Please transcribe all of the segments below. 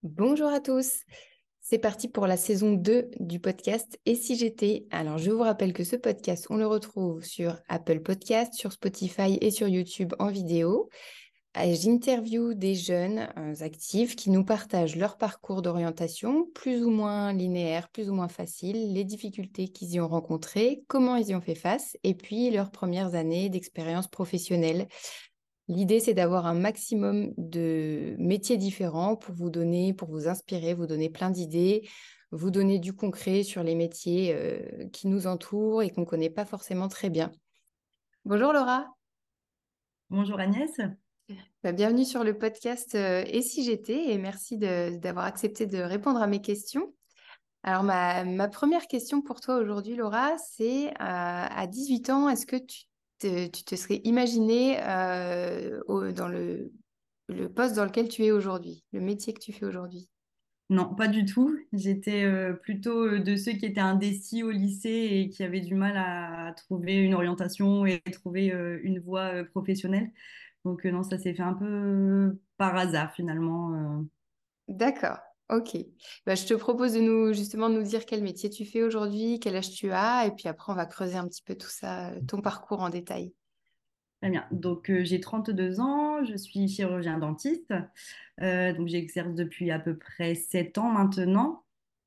Bonjour à tous, c'est parti pour la saison 2 du podcast Et si j'étais? Alors je vous rappelle que ce podcast, on le retrouve sur Apple Podcast, sur Spotify et sur YouTube en vidéo. J'interviewe des jeunes actifs qui nous partagent leur parcours d'orientation, plus ou moins linéaire, plus ou moins facile, les difficultés qu'ils y ont rencontrées, comment ils y ont fait face, et puis leurs premières années d'expérience professionnelle. L'idée, c'est d'avoir un maximum de métiers différents pour vous donner, pour vous inspirer, vous donner plein d'idées, vous donner du concret sur les métiers qui nous entourent et qu'on ne connaît pas forcément très bien. Bonjour Laura. Bonjour Agnès. Bienvenue sur le podcast Et si j'étais et merci d'avoir accepté de répondre à mes questions. Alors ma première question pour toi aujourd'hui Laura, c'est à 18 ans, est-ce que tu te serais imaginé dans le poste dans lequel tu es aujourd'hui, le métier que tu fais aujourd'hui? Non, pas du tout. J'étais plutôt de ceux qui étaient indécis au lycée et qui avaient du mal à trouver une orientation et trouver une voie professionnelle. Donc non, ça s'est fait un peu par hasard finalement. D'accord, ok. Je te propose de nous justement de nous dire quel métier tu fais aujourd'hui, quel âge tu as, et puis après on va creuser un petit peu tout ça, ton parcours en détail. Très bien. Donc j'ai 32 ans, je suis chirurgien dentiste. Donc j'exerce depuis à peu près 7 ans maintenant.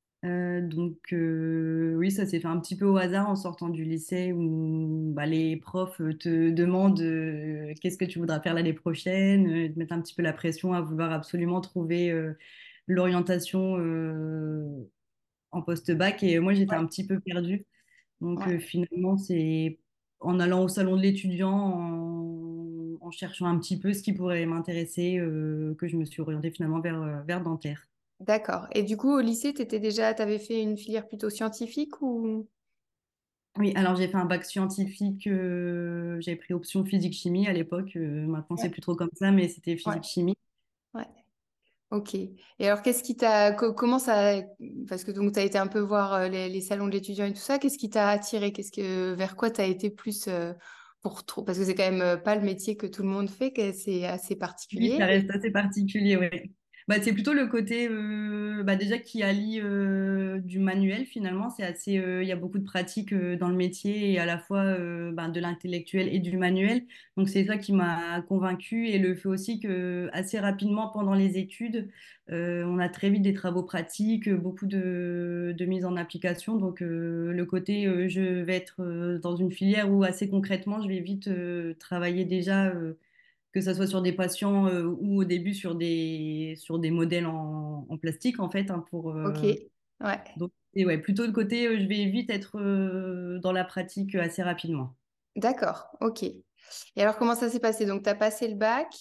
Oui, ça s'est fait un petit peu au hasard en sortant du lycée où bah, les profs te demandent qu'est-ce que tu voudras faire l'année prochaine, te mettent un petit peu la pression à vouloir absolument trouver l'orientation en post-bac et moi j'étais Ouais, un petit peu perdue. Donc ouais. finalement c'est en allant au salon de l'étudiant, en cherchant un petit peu ce qui pourrait m'intéresser, que je me suis orientée finalement vers dentaire. D'accord. Et du coup, au lycée, t'avais fait une filière plutôt scientifique ou? Oui, alors j'ai fait un bac scientifique, j'ai pris option physique-chimie à l'époque, maintenant c'est Ouais, plus trop comme ça, mais c'était ouais, physique-chimie. ouais. Ok. Et alors, qu'est-ce qui t'a, comment ça, parce que donc tu as été un peu voir les salons de l'étudiant et tout ça, qu'est-ce qui t'a attiré? Vers quoi t'as été plus pour trop, parce que c'est quand même pas le métier que tout le monde fait, que c'est assez Oui, particulier. ça reste assez particulier, oui. Bah, c'est plutôt le côté bah, déjà qui allie du manuel finalement. C'est assez, il y a beaucoup de pratiques dans le métier et à la fois bah, de l'intellectuel et du manuel. Donc c'est ça qui m'a convaincue et le fait aussi que assez rapidement pendant les études, on a très vite des travaux pratiques, beaucoup de mise en application. Donc le côté je vais être dans une filière où assez concrètement je vais vite travailler déjà. Que ça soit sur des patients ou au début sur des modèles en plastique en fait Ok. Ouais. donc et ouais plutôt le côté je vais vite être dans la pratique assez rapidement. D'accord. Ok. Et alors, comment ça s'est passé? Donc, tu as passé le bac,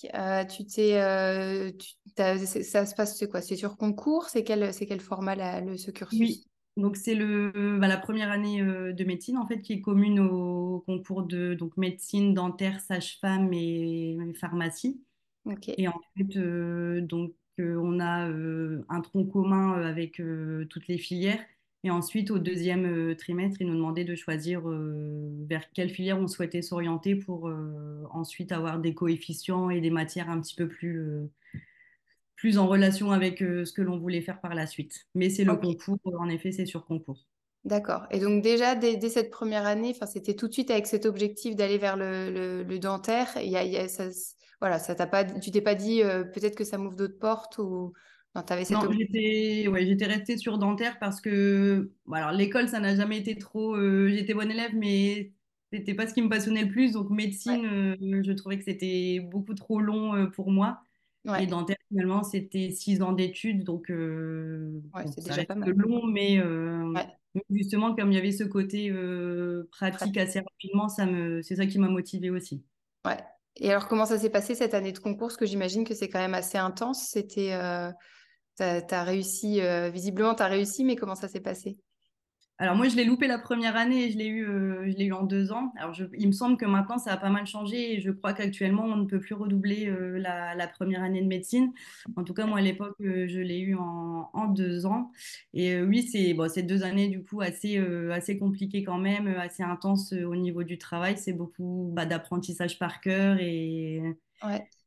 ça se passe, c'est quoi? C'est sur concours? C'est quel format ce Oui, cursus? donc c'est la première année de médecine en fait qui est commune au concours de donc médecine dentaire sage-femme et pharmacie. Ok. Et en fait, on a un tronc commun avec toutes les filières. Et ensuite, au deuxième trimestre, ils nous demandaient de choisir vers quelle filière on souhaitait s'orienter pour ensuite avoir des coefficients et des matières un petit peu plus en relation avec ce que l'on voulait faire par la suite. Mais c'est le Ok. concours, en effet, c'est sur concours. D'accord. Et donc déjà, dès cette première année, enfin, c'était tout de suite avec cet objectif d'aller vers le dentaire. Voilà, ça t'a pas, tu t'es pas dit peut-être que ça m'ouvre d'autres portes ou non, t'avais cet Non, objectif. j'étais restée sur dentaire parce que, bon, alors l'école, ça n'a jamais été trop. J'étais bonne élève, mais c'était pas ce qui me passionnait le plus. Donc médecine, Ouais, je trouvais que c'était beaucoup trop long pour moi. Et ouais, dentaire, finalement, c'était 6 ans d'études, donc ouais, bon, c'est ça déjà reste pas mal. long, Ouais, mais justement, comme il y avait ce côté pratique pratique. assez rapidement, c'est ça qui m'a motivée aussi. Ouais. Et alors, comment ça s'est passé cette année de concours? Parce que j'imagine que c'est quand même assez intense. T'as réussi, visiblement, t'as réussi, mais comment ça s'est passé? Alors moi, je l'ai loupé la première année et je l'ai eu en 2 ans. Alors il me semble que maintenant, ça a pas mal changé et je crois qu'actuellement, on ne peut plus redoubler la première année de médecine. En tout cas, moi, à l'époque, je l'ai eu en 2 ans. Et oui, c'est bon, c'est 2 années du coup assez compliquées quand même, assez intenses au niveau du travail. C'est beaucoup bah, d'apprentissage par cœur Ouais,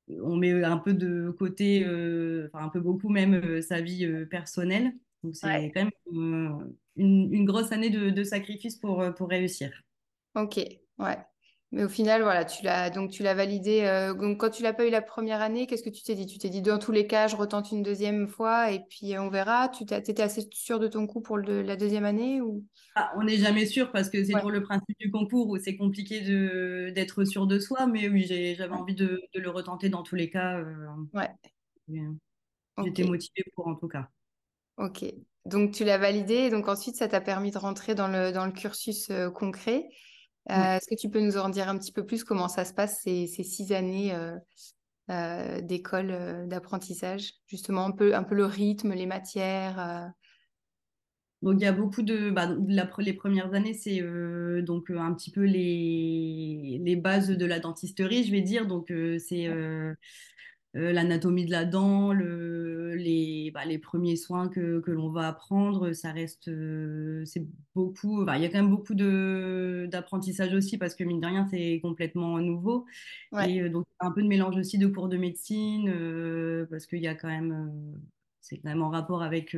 on met un peu de côté, enfin un peu beaucoup même, sa vie personnelle. Donc c'est Ouais. quand même une grosse année de sacrifice pour réussir. Ok, ouais. Mais au final, voilà, tu l'as validé. Donc quand tu l'as pas eu la première année, qu'est-ce que tu t'es dit? Tu t'es dit dans tous les cas, je retente une deuxième fois et puis on verra. T'étais assez sûr de ton coup pour la deuxième année ou? Ah, on n'est jamais sûr parce que c'est Ouais, toujours le principe du concours où c'est compliqué d'être sûr de soi. Mais oui, j'avais ouais, envie de le retenter dans tous les cas. ouais. Euh, Ok, J'étais motivée pour en tout cas. ok. Donc tu l'as validé et donc ensuite ça t'a permis de rentrer dans le cursus concret. Ouais. Est-ce que tu peux nous en dire un petit peu plus comment ça se passe ces 6 années d'école d'apprentissage? Justement, un peu le rythme, les matières. Donc il y a beaucoup les premières années, c'est donc un petit peu les bases de la dentisterie, je vais dire. Donc c'est l'anatomie de la dent, les premiers soins que l'on va apprendre. Ça reste, c'est beaucoup. Enfin, il y a quand même beaucoup d'apprentissage aussi parce que mine de rien, c'est complètement nouveau. Ouais, Et donc un peu de mélange aussi de cours de médecine parce qu'il y a quand même, c'est quand même en rapport avec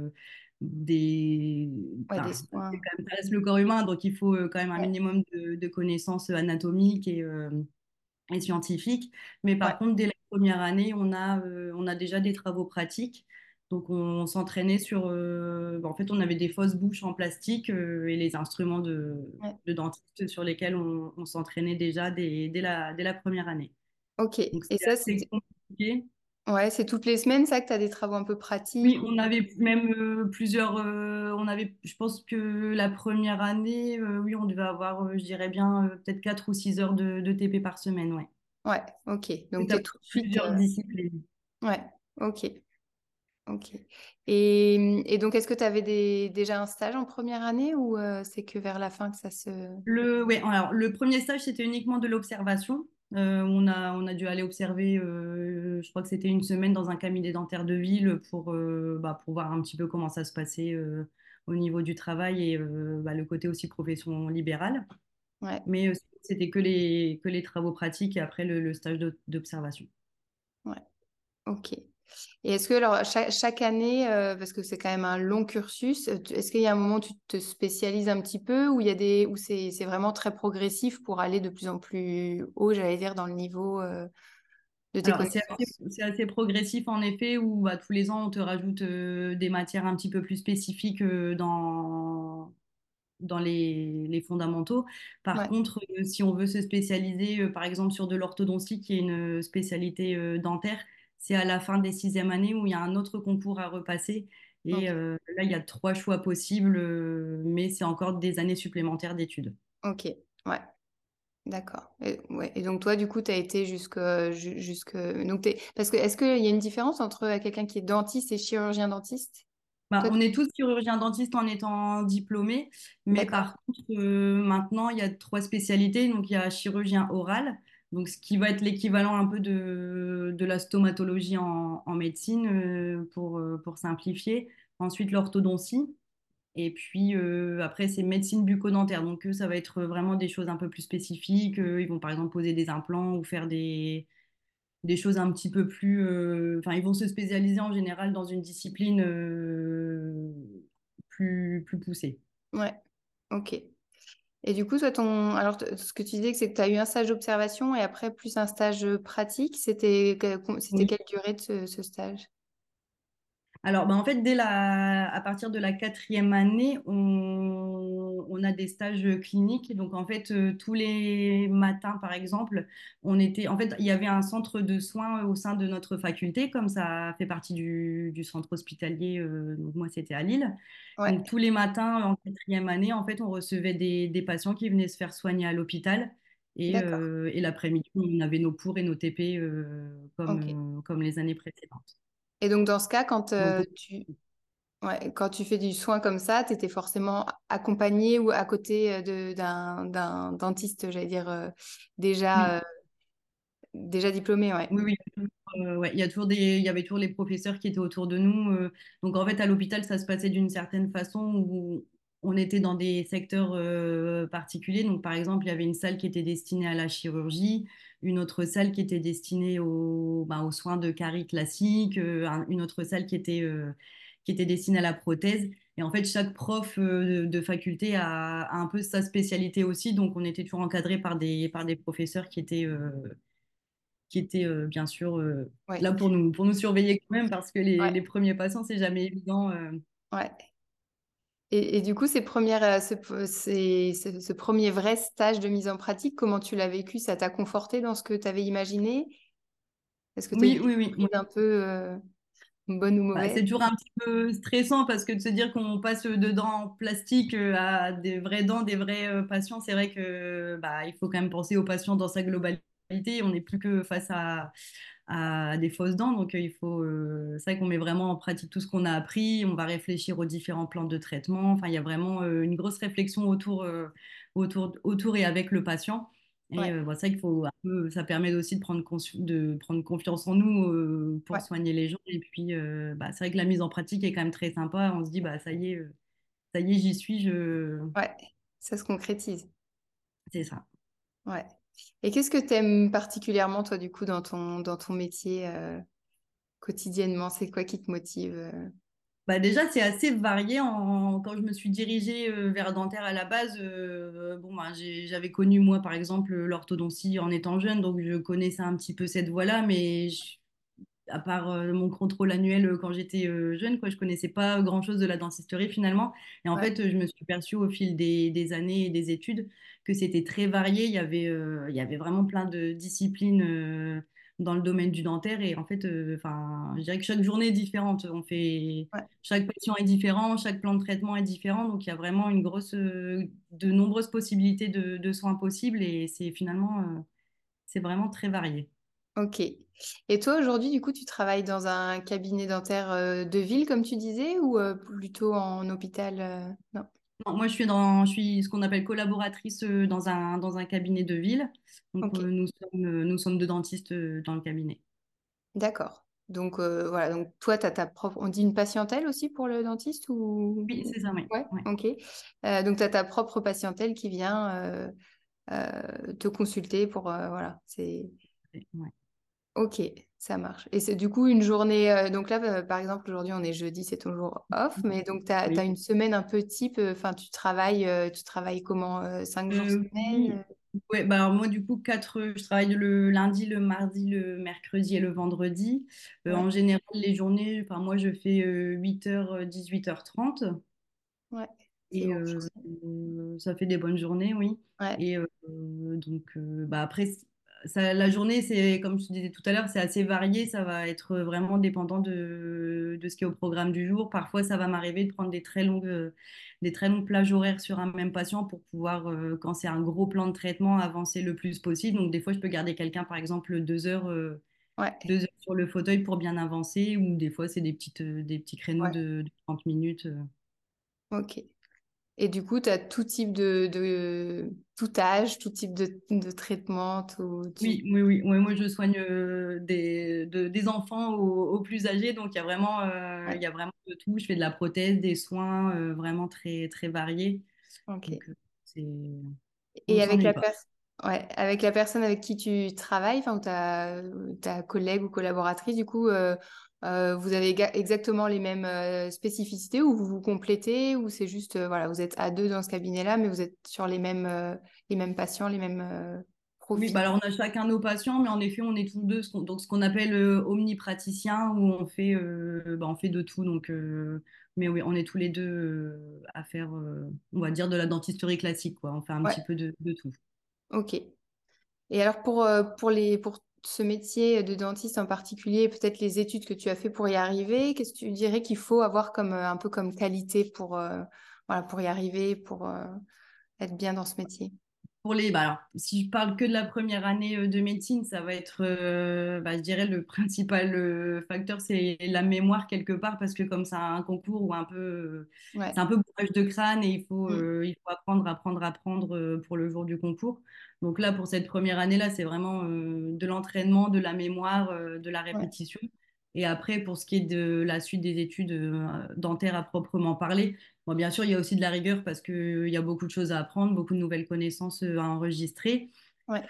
des, ouais, des enfin, c'est soins. quand même, ça reste le corps humain, donc il faut quand même un Ouais, minimum de connaissances anatomiques et scientifiques. Mais ouais, par contre, dès la première année, on a déjà des travaux pratiques. Donc on s'entraînait sur, en fait, on avait des fausses bouches en plastique et les instruments ouais. de dentiste sur lesquels on s'entraînait déjà dès la première année. Ok. Donc Et c'était ça, assez c'était... compliqué. Ouais, c'est toutes les semaines, ça, que tu as des travaux un peu Oui, pratiques ou... on avait même plusieurs. On avait, je pense que la première année, oui, on devait avoir, je dirais bien, peut-être 4 ou 6 heures de TP par semaine, ouais. Ouais, ok. Donc, tu C'était es tout de suite... plusieurs disciplines. Ouais, ok, ok. Et donc, est-ce que tu avais déjà un stage en première année ou c'est que vers la fin que ça se... Ouais, alors, le premier stage, c'était uniquement de l'observation. On a dû aller observer, je crois que c'était une semaine dans un cabinet dentaire de ville pour voir un petit peu comment ça se passait au niveau du travail et le côté aussi profession libérale. Ouais, Mais c'était que les travaux pratiques et après le stage d'observation. ouais, ok. Et est-ce que, alors, chaque année, parce que c'est quand même un long cursus, est-ce qu'il y a un moment où tu te spécialises un petit peu, où il y a où c'est vraiment très progressif pour aller de plus en plus haut, j'allais dire, dans le niveau de tes Alors, connaissances? c'est assez progressif en effet, où tous les ans, on te rajoute des matières un petit peu plus spécifiques dans les fondamentaux. Par Ouais, contre, si on veut se spécialiser, par exemple, sur de l'orthodontie, qui est une spécialité dentaire, c'est à la fin des sixièmes années où il y a un autre concours à repasser. Et ok, là, il y a trois choix possibles, mais c'est encore des années supplémentaires d'études. ok, ouais. D'accord. Et, ouais. Et donc toi, du coup, tu as été Donc Parce que est-ce qu'il y a une différence entre quelqu'un qui est dentiste et chirurgien dentiste? Toi, On est tous chirurgiens dentistes en étant diplômés, mais d'accord. par contre, maintenant, il y a trois spécialités. Donc, il y a chirurgien oral, donc ce qui va être l'équivalent un peu de la stomatologie en médecine, pour simplifier. Ensuite, l'orthodontie. Et puis, après, c'est médecine bucco-dentaire. Donc, eux, ça va être vraiment des choses un peu plus spécifiques. Ils vont, par exemple, poser des implants ou faire des choses un petit peu plus. Enfin, ils vont se spécialiser en général dans une discipline plus poussée. Ouais. Ok. Et du coup, toi, ce que tu disais, c'est que tu as eu un stage d'observation et après plus un stage pratique. C'était quelle durée de ce stage? Alors, en fait, à partir de la quatrième année, on a des stages cliniques. Donc, en fait, tous les matins, par exemple, en fait, il y avait un centre de soins au sein de notre faculté, comme ça fait partie du centre hospitalier. Donc, moi, c'était à Lille. Ouais, Donc, tous les matins, en quatrième année, en fait, on recevait des patients qui venaient se faire soigner à l'hôpital. d'accord. Et l'après-midi, on avait nos cours et nos TP Ok. comme les années précédentes. Et donc, dans ce cas, Donc, ouais, quand tu fais du soin comme ça, tu étais forcément accompagné ou à côté d'un dentiste, j'allais dire, oui. déjà, déjà diplômé, ouais. Oui, oui, ouais, il y avait toujours les professeurs qui étaient autour de nous. Donc en fait, à l'hôpital, ça se passait d'une certaine façon où on était dans des secteurs particuliers. Donc par exemple, il y avait une salle qui était destinée à la chirurgie, une autre salle qui était destinée aux soins de carie classiques, une autre salle qui était destinée à la prothèse. Et en fait, chaque prof de faculté a un peu sa spécialité aussi. Donc, on était toujours encadré par des professeurs qui étaient bien sûr Ouais, là pour nous surveiller quand même, parce que ouais, les premiers patients, c'est jamais évident. ouais. Et du coup, ce premier vrai stage de mise en pratique, comment tu l'as vécu? Ça t'a conforté dans ce que tu avais imaginé? Est-ce que tu as eu Oui, des oui, oui. surprises un peu bonnes ou Bah, mauvaises? c'est toujours un petit peu stressant parce que de se dire qu'on passe de dents en plastique à des vraies dents, des vrais patients, c'est vrai que bah, il faut quand même penser aux patients dans sa globalité. On n'est plus que face à des fausses dents, donc c'est vrai qu'on met vraiment en pratique tout ce qu'on a appris. On va réfléchir aux différents plans de traitement. Enfin, il y a vraiment une grosse réflexion autour et avec le patient. Et Ouais, c'est vrai qu'il faut un peu, ça permet aussi de prendre confiance en nous pour ouais, soigner les gens. Et puis, c'est vrai que la mise en pratique est quand même très sympa. On se dit, bah, ça y est, j'y suis, ouais. Ça se concrétise. c'est ça. Ouais. Et qu'est-ce que tu aimes particulièrement, toi, du coup, dans ton métier quotidiennement? C'est quoi qui te motive Bah déjà, c'est assez varié. Quand je me suis dirigée vers dentaire à la base, j'avais connu, moi, par exemple, l'orthodontie en étant jeune, donc je connaissais un petit peu cette voie-là, mais à part mon contrôle annuel quand j'étais jeune, quoi, je connaissais pas grand-chose de la dentisterie finalement. Et en Ouais, fait, je me suis perçue au fil des années et des études que c'était très varié. Il y avait vraiment plein de disciplines dans le domaine du dentaire. Et en fait, je dirais que chaque journée est différente. ouais. Chaque patient est différent, chaque plan de traitement est différent. Donc, il y a vraiment de nombreuses possibilités de soins possibles. Et c'est vraiment très varié. Ok. Et toi, aujourd'hui, du coup, tu travailles dans un cabinet dentaire de ville, comme tu disais, ou plutôt en hôpital Non. Non, moi, je suis ce qu'on appelle collaboratrice dans un cabinet de ville. Donc, Ok. nous sommes deux dentistes dans le cabinet. D'accord. Donc, voilà. Donc, toi, tu as ta propre. On dit une patientèle aussi pour le dentiste ou... Oui, c'est ça, oui. Ouais, Ouais. ok. Donc, tu as ta propre patientèle qui vient te consulter pour. Voilà. C'est. Ouais. Ok, ça marche. Et c'est du coup une journée. Donc là, par exemple, aujourd'hui, on est jeudi, c'est ton jour off. Mais donc, tu as, Oui. une semaine un peu type. Enfin, tu travailles comment? 5 jours Oui. semaine? Ouais, bah alors moi, du coup, je travaille le lundi, le mardi, le mercredi et le vendredi. Ouais, En général, les journées, enfin, moi, je fais 8h, 18h30. ouais. C'est Et bon. ça fait des bonnes journées, oui. Ouais, Et après, la journée, c'est comme je te disais tout à l'heure, c'est assez varié. Ça va être vraiment dépendant de ce qui est au programme du jour. Parfois, ça va m'arriver de prendre des très longues plages horaires sur un même patient pour pouvoir, quand c'est un gros plan de traitement, avancer le plus possible. Donc, des fois, je peux garder quelqu'un, par exemple, 2 heures, ouais, 2 heures sur le fauteuil pour bien avancer. Ou des fois, c'est des petits créneaux ouais. de 30 minutes. Ok. Et du coup, tu as tout type tout âge, tout type de traitement, Oui, oui, oui. Ouais, moi, je soigne des enfants aux plus âgés, donc il Ouais, y a vraiment de tout. Je fais de la prothèse, des soins vraiment très, très variés. Donc, ok. c'est... on Et ne avec s'ennuie la pas. ouais, avec la personne avec qui tu travailles, enfin, ou ta collègue ou collaboratrice, du coup, vous avez exactement les mêmes spécificités ou vous vous complétez ou c'est juste, voilà, vous êtes à deux dans ce cabinet-là, mais vous êtes sur les mêmes patients, les mêmes Oui, profils. bah alors on a chacun nos patients, mais en effet, on est tous deux ce qu'on appelle omnipraticien, où on fait de tout. Mais oui, on est tous les deux à faire, on va dire, de la dentisterie classique, quoi. On fait un Ouais, petit peu de tout. ok. Et alors pour ce métier de dentiste en particulier, peut-être les études que tu as fait pour y arriver, qu'est-ce que tu dirais qu'il faut avoir comme un peu comme qualité pour voilà, pour y arriver, pour être bien dans ce métier? Alors, si je parle que de la première année de médecine, ça va être, je dirais, le principal facteur, c'est la mémoire quelque part, parce que comme c'est un concours ou Ouais. c'est un peu bourrage de crâne et Mm. il faut apprendre pour le jour du concours. Donc là, pour cette première année-là, c'est vraiment de l'entraînement, de la mémoire, de la Ouais. répétition. Et après, pour ce qui est de la suite des études dentaires à proprement parler, bon, bien sûr, il y a aussi de la rigueur parce qu'il y a beaucoup de choses à apprendre, beaucoup de nouvelles connaissances à enregistrer. Ouais.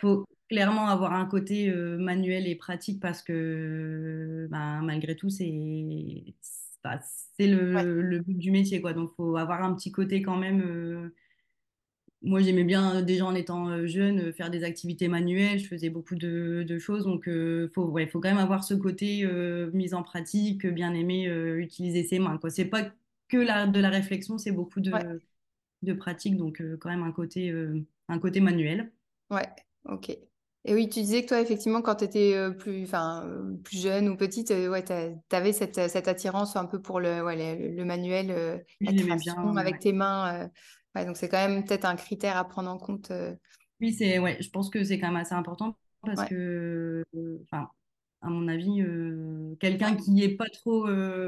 clairement avoir un côté manuel et pratique parce que ben, malgré tout, bah, c'est Ouais, le but du métier, quoi. Donc, il faut avoir un petit côté quand même. Moi, j'aimais bien, déjà en étant jeune, faire des activités manuelles. Je faisais beaucoup de choses. Donc, ouais, faut quand même avoir ce côté mise en pratique, bien aimer utiliser ses mains, quoi. C'est pas que de la réflexion, c'est beaucoup ouais, de pratique. Donc, quand même un côté manuel. ouais, ok. Et oui, tu disais que toi, effectivement, quand tu étais plus jeune ou petite, ouais, tu avais cette attirance un peu pour le manuel, Oui, la j'aimais bien. création Ouais, avec ouais. tes mains. Ouais, donc c'est quand même peut-être un critère à prendre en compte. Oui, ouais, je pense que c'est quand même assez important parce Ouais, que, enfin, à mon avis, quelqu'un ouais, qui est pas trop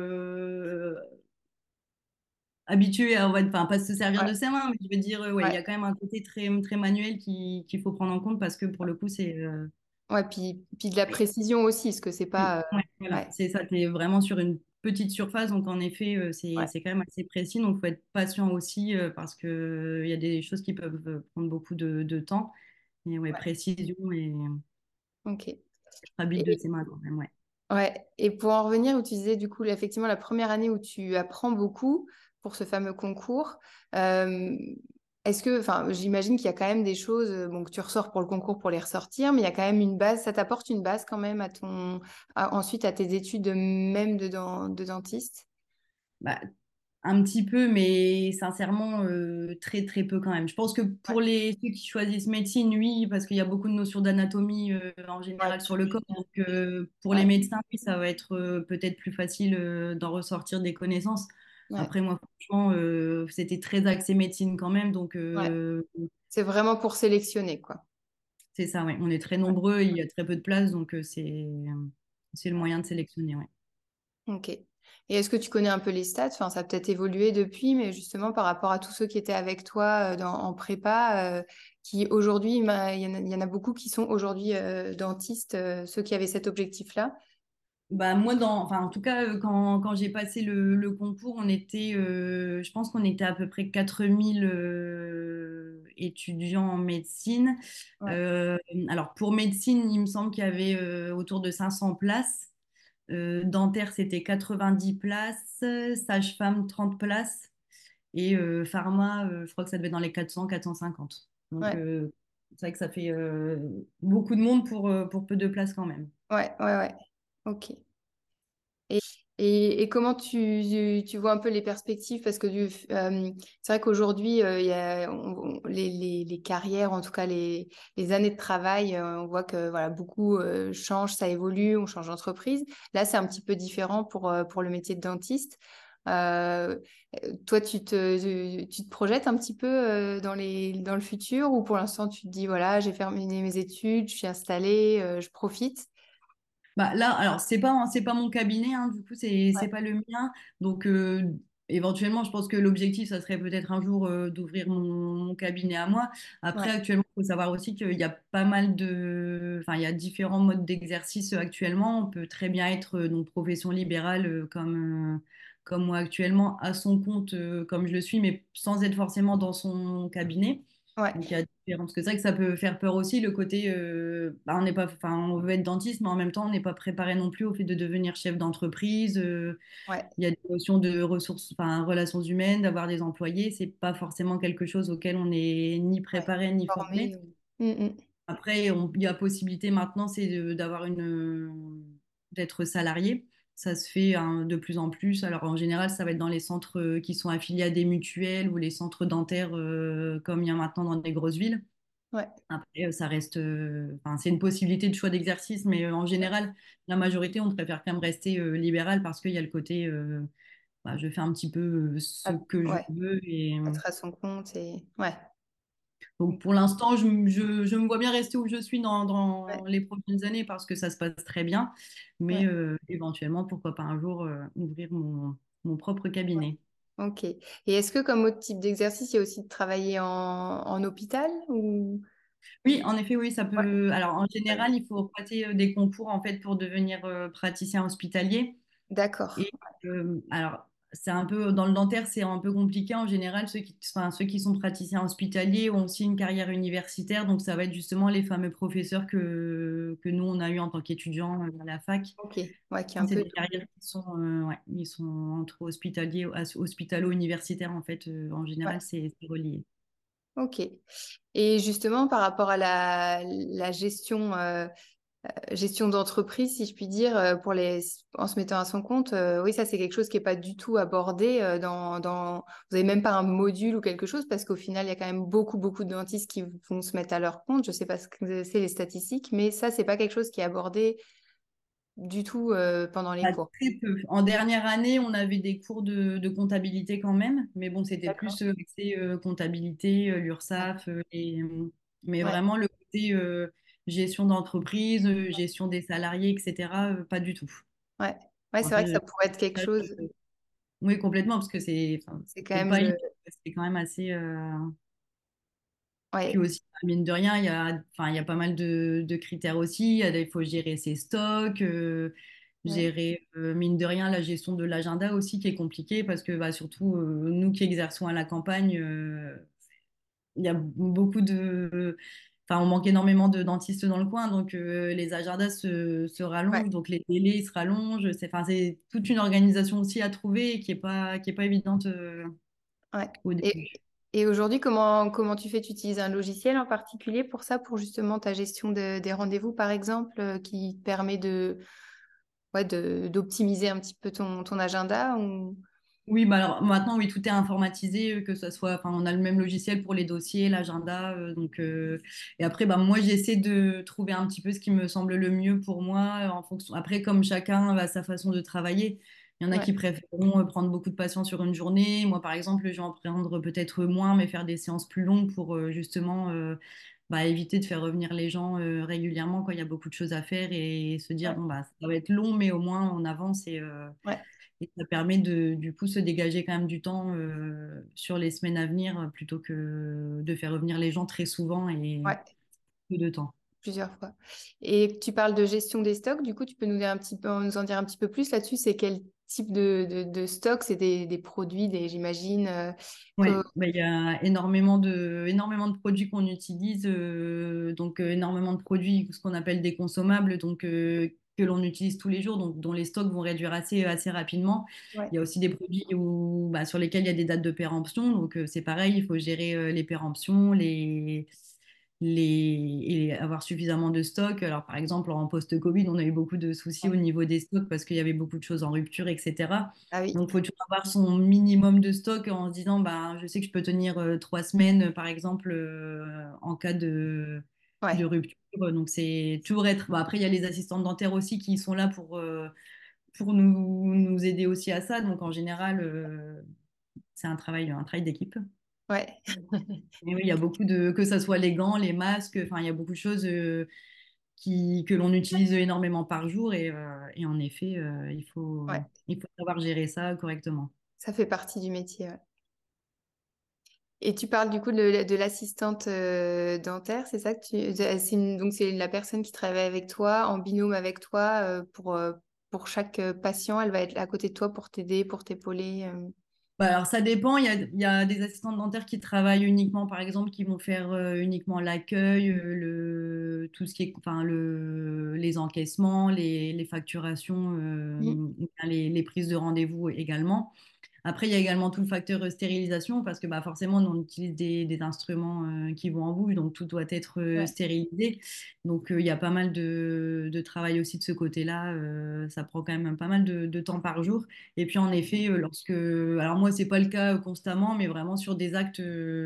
habitué à, enfin, pas se servir ouais, de ses mains, mais je veux dire, ouais, il y ouais. a quand même un côté très manuel qu'il faut prendre en compte parce que pour le coup, Ouais, puis de la ouais. précision aussi, parce que c'est Oui, pas. ouais, voilà, Ouais, c'est ça, tu es vraiment sur une petite surface, donc en effet, ouais, c'est quand même assez précis, donc il faut être patient aussi parce que il y a des choses qui peuvent prendre beaucoup de temps, et ouais, ouais. précision et Ok. habile de Et, ses mains quand même, ouais. ouais. Et pour en revenir, où tu disais, du coup, effectivement, la première année où tu apprends beaucoup pour ce fameux concours, euh, est-ce que, enfin, j'imagine qu'il y a quand même des choses, bon, que tu ressors pour le concours pour les ressortir, mais il y a quand même une base, ça t'apporte une base quand même ensuite à tes études même de dentiste? Bah, un petit peu, mais sincèrement, très peu quand même. Je pense que Ouais, pour ceux qui choisissent médecine, oui, parce qu'il y a beaucoup de notions d'anatomie en ouais, général sur le corps. Donc, pour les ouais, médecins, oui, ça va être peut-être plus facile d'en ressortir des connaissances. ouais, Après, moi, franchement, c'était très axé médecine quand même. Donc, ouais. C'est vraiment pour sélectionner, quoi. c'est ça, ouais. On est très nombreux, il y a très peu de place, donc c'est le moyen de sélectionner, ouais. Ok. Et est-ce que tu connais un peu les stats? Enfin, ça a peut-être évolué depuis, mais justement par rapport à tous ceux qui étaient avec toi en prépa, qui aujourd'hui, il y en a beaucoup qui sont aujourd'hui dentistes, ceux qui avaient cet objectif-là. Bah, moi, enfin, en tout cas, quand j'ai passé le concours, je pense qu'on était à peu près 4000 étudiants en médecine. Ouais, Euh, alors, pour médecine, il me semble qu'il y avait autour de 500 places. Dentaire, c'était 90 places. Sage-femme, 30 places. Et pharma, je crois que ça devait être dans les 400, 450. Donc, ouais, c'est vrai que ça fait beaucoup de monde pour peu de places quand même. ouais. Ok. Et comment tu vois un peu les perspectives? Parce que c'est vrai qu'aujourd'hui, il y a, les carrières, en tout cas les années de travail, on voit que voilà, beaucoup changent, ça évolue, on change d'entreprise. Là, c'est un petit peu différent pour le métier de dentiste. Euh, Toi, tu te projettes un petit peu dans le futur ou pour l'instant, tu te dis, voilà, j'ai terminé mes études, je suis installée, je profite. Bah, là, alors c'est pas mon cabinet, hein, du coup c'est Ouais, pas le mien. Donc éventuellement, je pense que l'objectif, ça serait peut-être un jour d'ouvrir mon cabinet à moi. Après, ouais, actuellement, il faut savoir aussi qu'il y a pas mal enfin il y a différents modes d'exercice actuellement. On peut très bien être donc profession libérale comme moi actuellement, à son compte comme je le suis, mais sans être forcément dans son cabinet. Donc, il y ouais, a différentes. Parce que c'est vrai que ça peut faire peur aussi, le côté, bah, on n'est pas, enfin, on veut être dentiste, mais en même temps, on n'est pas préparé non plus au fait de devenir chef d'entreprise. ouais. Il y a des notions de ressources, enfin, relations humaines, d'avoir des employés. C'est pas forcément quelque chose auquel on n'est ni Ouais. préparé ni formé. Formé. Mm. Après, il y a possibilité maintenant, c'est d'avoir d'être salarié. Ça se fait hein, de plus en plus. Alors en général, ça va être dans les centres qui sont affiliés à des mutuelles ou les centres dentaires comme il y a maintenant dans des grosses villes. Ouais. Après, ça reste, enfin, c'est une possibilité de choix d'exercice, mais en général, la majorité, on préfère quand même rester libéral parce qu'il y a le côté, bah, je fais un petit peu ce que je Ouais. veux et Être à son compte et ouais. donc pour l'instant, je me vois bien rester où je suis dans Ouais. les prochaines années parce que ça se passe très bien. Mais Ouais. éventuellement, pourquoi pas un jour ouvrir mon propre Ouais. cabinet. Ok. Et est-ce que comme autre type d'exercice, il y a aussi de travailler en hôpital ou Oui, en effet, oui, ça ouais. peut. Alors en général, il faut passer des concours en fait pour devenir praticien hospitalier. D'accord. Et alors, c'est un peu dans le dentaire, c'est un peu compliqué en général. Ceux qui sont praticiens hospitaliers ont aussi une carrière universitaire, donc ça va être justement les fameux professeurs que nous on a eu en tant qu'étudiants à la fac. Ok, ouais, qui est un C'est peu des double. carrières qui sont, ouais, ils sont entre hospitaliers, hospitalo-universitaires en fait. En Ouais, général, c'est relié. ok. Et justement, par rapport à la gestion, gestion d'entreprise, si je puis dire, en se mettant à son compte, oui, ça c'est quelque chose qui n'est pas du tout abordé vous n'avez même pas un module ou quelque chose, parce qu'au final, il y a quand même beaucoup, beaucoup de dentistes qui vont se mettre à leur compte. Je ne sais pas ce que c'est les statistiques, mais ça, c'est pas quelque chose qui est abordé du tout, pendant les Bah, cours. très peu. En dernière année, on avait des cours de comptabilité quand même, mais bon, c'était D'accord. plus axé comptabilité, Ouais. l'URSSAF, mais Ouais. vraiment le côté gestion d'entreprise, gestion des salariés, etc., pas du tout. Ouais. Ouais, c'est En vrai que fait, ça pourrait être quelque chose. oui, complètement, parce que enfin, C'est quand c'est même pas le. évident, c'est quand même assez. Puis Ouais. aussi, mine de rien, enfin, il y a pas mal de critères aussi. Il faut gérer ses stocks, Ouais. gérer, mine de rien, la gestion de l'agenda aussi qui est compliquée parce que bah, surtout, nous qui exerçons à la campagne, il y a beaucoup de. Enfin, on manque énormément de dentistes dans le coin, donc les agendas se Ouais. rallongent, donc les délais se rallongent. Enfin, c'est toute une organisation aussi à trouver et qui est pas évidente Ouais. au Et, début. et aujourd'hui, comment tu fais? Tu utilises un logiciel en particulier pour ça, pour justement ta gestion des rendez-vous, par exemple, qui te permet ouais, d'optimiser un petit peu ton agenda ou... Oui, bah alors maintenant, oui, tout est informatisé, que ce soit, enfin, on a le même logiciel pour les dossiers, l'agenda, et après, bah, moi, j'essaie de trouver un petit peu ce qui me semble le mieux pour moi, en fonction. Après, comme chacun a sa façon de travailler, il y en a Ouais. qui préféreront prendre beaucoup de patients sur une journée. Moi, par exemple, je vais en prendre peut-être moins, mais faire des séances plus longues pour justement bah, éviter de faire revenir les gens régulièrement quand il y a beaucoup de choses à faire et se dire, Ouais. bon, bah, ça va être long, mais au moins on avance Ouais. et ça permet de, du coup, se dégager quand même du temps sur les semaines à venir plutôt que de faire revenir les gens très souvent et Ouais. peu de temps. Plusieurs fois. Et tu parles de gestion des stocks, du coup, tu peux nous en dire un petit peu plus là-dessus. C'est quel type de stock? C'est des produits, j'imagine, Oui, que... bah, il y a énormément de produits qu'on utilise, énormément de produits, ce qu'on appelle des consommables, que l'on utilise tous les jours, donc dont les stocks vont réduire assez rapidement. Ouais. Il y a aussi des produits bah, sur lesquels il y a des dates de péremption, donc c'est pareil, il faut gérer les péremptions, et avoir suffisamment de stocks. Alors par exemple, en post-Covid, on a eu beaucoup de soucis au Ouais. niveau des stocks parce qu'il y avait beaucoup de choses en rupture, etc. Ah oui. Donc, il faut toujours avoir son minimum de stock en se disant, bah, je sais que je peux tenir 3 semaines, par exemple, en cas de Ouais. rupture. Donc, c'est toujours être. Bon, après, il y a les assistantes dentaires aussi qui sont là pour nous aider aussi à ça. Donc, en général, c'est un travail d'équipe. Ouais. Et oui, il y a beaucoup de, que ça soit les gants, les masques, enfin, il y a beaucoup de choses que l'on utilise énormément par jour. Et en effet, Ouais. il faut savoir gérer ça correctement. Ça fait partie du métier. Ouais. Et tu parles du coup de l'assistante dentaire, c'est ça que donc c'est la personne qui travaille avec toi, en binôme avec toi, pour chaque patient, elle va être à côté de toi pour t'aider, pour t'épauler. Bah, alors ça dépend, il y a des assistantes dentaires qui travaillent uniquement, par exemple, qui vont faire uniquement l'accueil, tout ce qui est, enfin, les encaissements, les facturations, Mhm. les prises de rendez-vous également. Après, il y a également tout le facteur stérilisation parce que bah, forcément, on utilise des instruments qui vont en bouche, donc tout doit être Ouais. stérilisé. Donc, il y a pas mal de travail aussi de ce côté-là. Ça prend quand même pas mal de temps par jour. Et puis, en effet, alors moi, c'est pas le cas constamment, mais vraiment sur des actes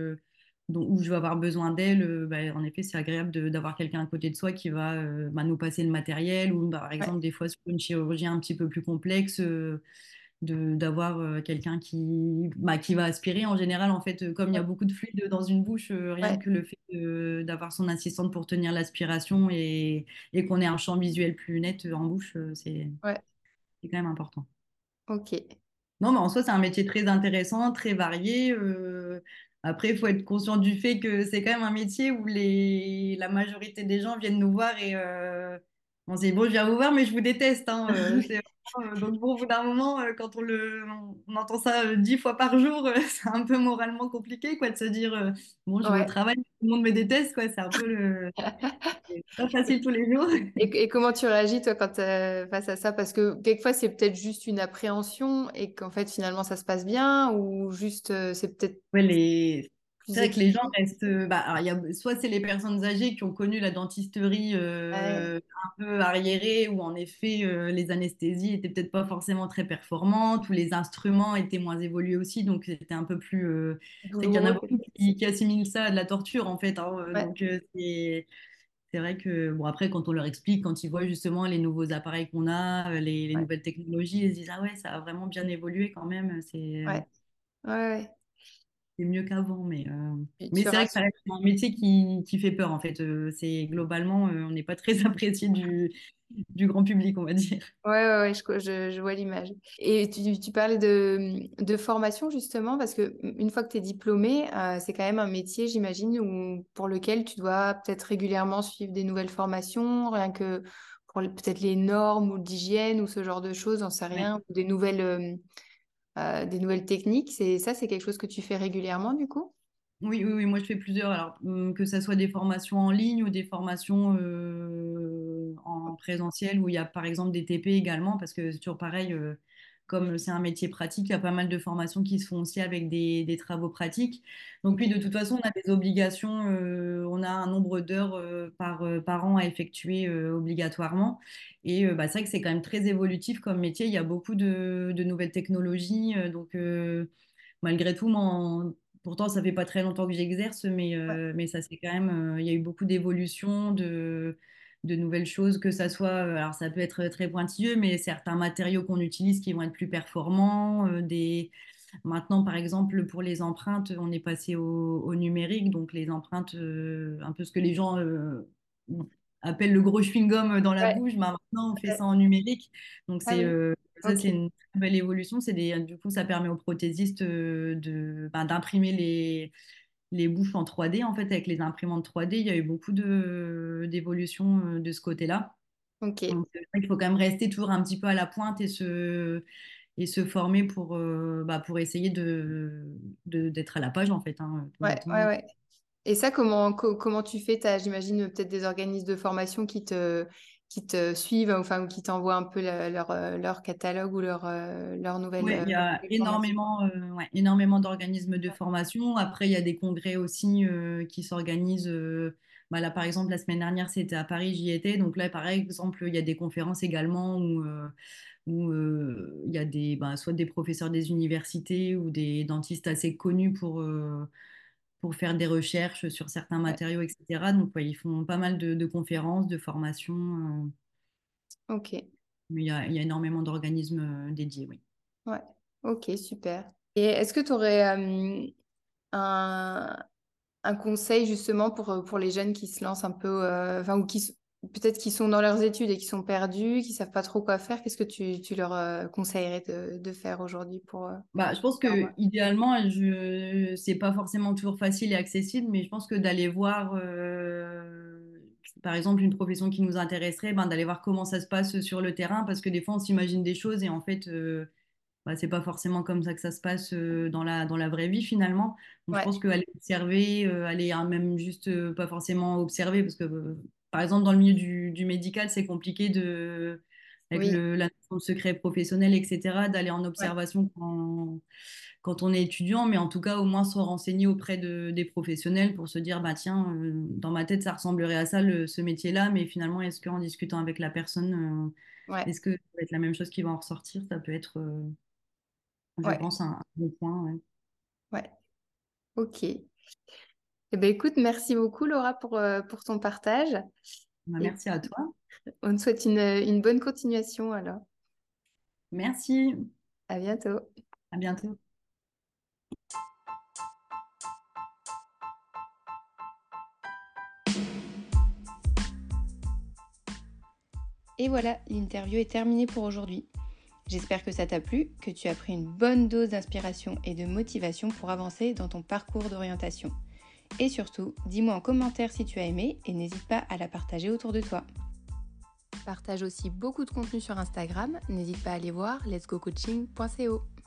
où je vais avoir besoin d'elle, bah, en effet, c'est agréable d'avoir quelqu'un à côté de soi qui va bah, nous passer le matériel ou, bah, par Ouais. exemple, des fois, sur une chirurgie un petit peu plus complexe. D'avoir quelqu'un qui va aspirer. En général, en fait, comme il y a Ouais. beaucoup de fluide dans une bouche, rien Ouais. que le fait d'avoir son assistante pour tenir l'aspiration et qu'on ait un champ visuel plus net en bouche, Ouais. c'est quand même important. Ok. Non, mais en soi, c'est un métier très intéressant, très varié. Après, il faut être conscient du fait que c'est quand même un métier où la majorité des gens viennent nous voir et On s'est dit, bon, je viens vous voir, mais je vous déteste, hein, donc bon, au bout d'un moment, quand on entend ça 10 fois par jour, c'est un peu moralement compliqué, quoi, de se dire, bon, je vais au Ouais. travail, tout le monde me déteste, quoi. C'est un peu c'est pas facile tous les jours. Et comment tu réagis, toi, quand face à ça? Parce que quelquefois, c'est peut-être juste une appréhension et qu'en fait, finalement, ça se passe bien ou juste, c'est peut-être Ouais, plus c'est vrai que les gens exigeant. restent. Bah, alors, soit c'est les personnes âgées qui ont connu la dentisterie Ouais, un peu arriérée, où en effet les anesthésies étaient peut-être pas forcément très performantes, où les instruments étaient moins évolués aussi, donc c'était un peu plus. C'est qu'il y en a douloureux beaucoup peut-être. qui assimilent ça à de la torture en fait, hein, Ouais, donc c'est vrai que bon après quand on leur explique, quand ils voient justement les nouveaux appareils qu'on a, les ouais, nouvelles technologies, ils se disent ah ouais ça a vraiment bien évolué quand même, ouais, ouais. c'est mieux qu'avant, mais Tu c'est vrai que ça rassures. reste un métier qui fait peur, en fait. C'est globalement, on n'est pas très apprécié du grand public, on va dire. Ouais, ouais, ouais, je vois l'image. Et tu parlais de formation justement, parce que une fois que tu es diplômé, c'est quand même un métier, j'imagine, pour lequel tu dois peut-être régulièrement suivre des nouvelles formations, rien que pour peut-être les normes ou d'hygiène ou ce genre de choses, j'en sais Ouais. rien, ou des nouvelles techniques. C'est quelque chose que tu fais régulièrement du coup? Oui, oui, oui, moi je fais plusieurs, alors que ce soit des formations en ligne ou des formations en présentiel où il y a par exemple des TP également, parce que c'est toujours pareil, comme c'est un métier pratique, il y a pas mal de formations qui se font aussi avec des travaux pratiques. Donc oui, Ok. de toute façon, on a des obligations, on a un nombre d'heures par an à effectuer obligatoirement. Et bah, c'est vrai que c'est quand même très évolutif comme métier, il y a beaucoup de nouvelles technologies, donc malgré tout, pourtant, ça fait pas très longtemps que j'exerce, Ouais, mais ça c'est quand même, il y a eu beaucoup d'évolutions, de nouvelles choses, que ça soit, alors ça peut être très pointilleux, mais certains matériaux qu'on utilise qui vont être plus performants, maintenant par exemple pour les empreintes, on est passé au numérique, donc les empreintes, un peu ce que les gens appellent le gros chewing-gum dans la ouais, bouche, bah, maintenant on fait ouais. ça en numérique, donc Ah oui, ça ok. c'est une très belle évolution. Du coup, ça permet aux prothésistes d'imprimer les bouches en 3D. En fait, avec les imprimantes 3D, il y a eu beaucoup d'évolutions de ce côté-là. Ok. Donc, c'est vrai qu'il faut quand même rester toujours un petit peu à la pointe et se former pour essayer d'être à la page, en fait, hein, tout Ouais, ouais, bêtement. ouais. Et ça, comment tu fais? T'as, j'imagine, peut-être des organismes de formation qui te suivent, enfin, ou qui t'envoient un peu leur catalogue ou leur Oui, il y a nouvelle formation. énormément d'organismes de formation. Après, il y a des congrès aussi qui s'organisent. Bah là, par exemple, la semaine dernière, c'était à Paris, j'y étais. Donc là, par exemple, il y a des conférences également où il y a soit des professeurs des universités ou des dentistes assez connus pour faire des recherches sur certains Ouais, matériaux, etc. Donc, ouais, ils font pas mal de conférences, de formations. ok. Mais il y a énormément d'organismes dédiés, oui. Ouais, ok, super. Et est-ce que tu aurais un, un conseil justement pour les jeunes qui se lancent un peu, enfin, ou peut-être qui sont dans leurs études et qui sont perdus, qui savent pas trop quoi faire? Qu'est-ce que tu leur conseillerais de faire aujourd'hui Bah, je pense faire que moi. idéalement, c'est pas forcément toujours facile et accessible, mais je pense que d'aller voir, par exemple, une profession qui nous intéresserait, ben, d'aller voir comment ça se passe sur le terrain, parce que des fois, on s'imagine des choses et en fait, bah, c'est pas forcément comme ça que ça se passe dans la vraie vie finalement. Donc, je Ouais, pense qu'aller observer, aller hein, même juste pas forcément observer, parce que par exemple, dans le milieu du médical, c'est compliqué avec oui, la notion de secret professionnel, etc., d'aller en ouais, observation quand on est étudiant, mais en tout cas, au moins se renseigner auprès des professionnels pour se dire, bah tiens, dans ma tête, ça ressemblerait à ça, ce métier-là, mais finalement, est-ce qu'en discutant avec la personne, ouais, est-ce que ça va être la même chose qui va en ressortir? Ça peut être, je ouais, pense, un bon point. Ouais. ouais. Ok. Eh ben, écoute, merci beaucoup Laura pour ton partage. Bah, Et merci à toi. on te souhaite une bonne continuation alors. Merci. À bientôt. À bientôt. Et voilà, l'interview est terminée pour aujourd'hui. J'espère que ça t'a plu, que tu as pris une bonne dose d'inspiration et de motivation pour avancer dans ton parcours d'orientation. Et surtout, dis-moi en commentaire si tu as aimé et n'hésite pas à la partager autour de toi. partage aussi beaucoup de contenu sur Instagram. N'hésite pas à aller voir letsgocoaching.co.